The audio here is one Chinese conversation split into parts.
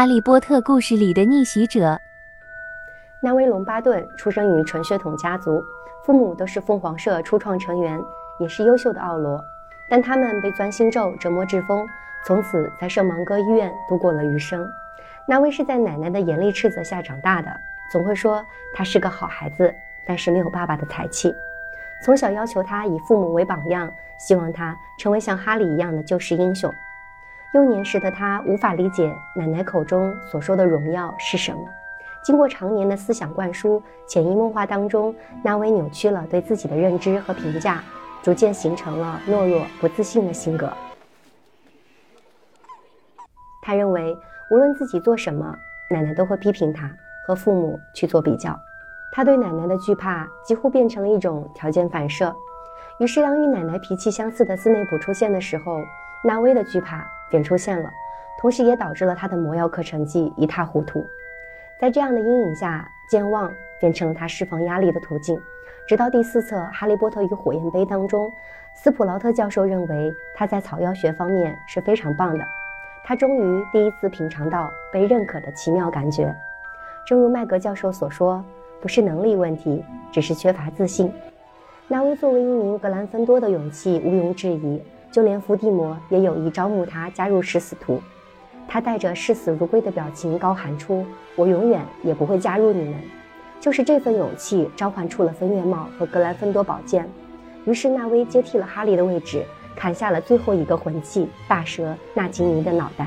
哈利波特故事里的逆袭者。 纳威·隆巴顿出生于纯血统家族，父母都是凤凰社初创成员，也是优秀的奥罗，但他们被钻心咒折磨至疯，从此在圣芒戈医院度过了余生。纳威是在奶奶的严厉斥责下长大的，总会说他是个好孩子，但是没有爸爸的才气。从小要求他以父母为榜样，希望他成为像哈利一样的救世英雄。幼年时的他无法理解奶奶口中所说的荣耀是什么。经过常年的思想灌输，潜移默化当中，纳威扭曲了对自己的认知和评价，逐渐形成了懦弱不自信的性格。他认为无论自己做什么，奶奶都会批评他，和父母去做比较。他对奶奶的惧怕几乎变成了一种条件反射。于是当与奶奶脾气相似的斯内普出现的时候，纳威的惧怕便出现了，同时也导致了他的魔药课成绩一塌糊涂。在这样的阴影下，健忘变成了他释放压力的途径。直到第4册《哈利波特与火焰杯》当中，斯普劳特教授认为他在草药学方面是非常棒的，他终于第一次品尝到被认可的奇妙感觉。正如麦格教授所说，不是能力问题，只是缺乏自信。纳威作为一名格兰芬多的勇气毋庸置疑，就连伏地魔也有意招募他加入食死徒。他带着视死如归的表情高喊出，我永远也不会加入你们。就是这份勇气召唤出了分院帽和格兰芬多宝剑。于是纳威接替了哈利的位置，砍下了最后一个魂器大蛇纳吉尼的脑袋。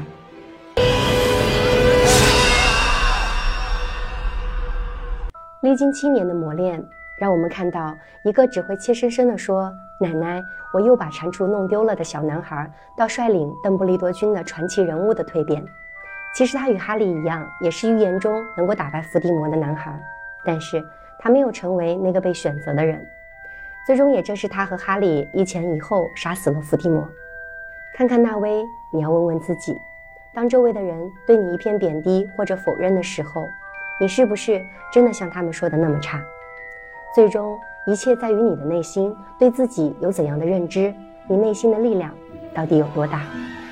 历经7年的磨练，让我们看到一个只会怯生生地说奶奶我又把蟾蜍弄丢了的小男孩，到率领邓布利多军的传奇人物的蜕变。其实他与哈利一样，也是预言中能够打败伏地魔的男孩，但是他没有成为那个被选择的人。最终也正是他和哈利一前一后杀死了伏地魔。看看纳威，你要问问自己，当周围的人对你一片贬低或者否认的时候，你是不是真的像他们说的那么差？最终一切在于你的内心对自己有怎样的认知，你内心的力量到底有多大。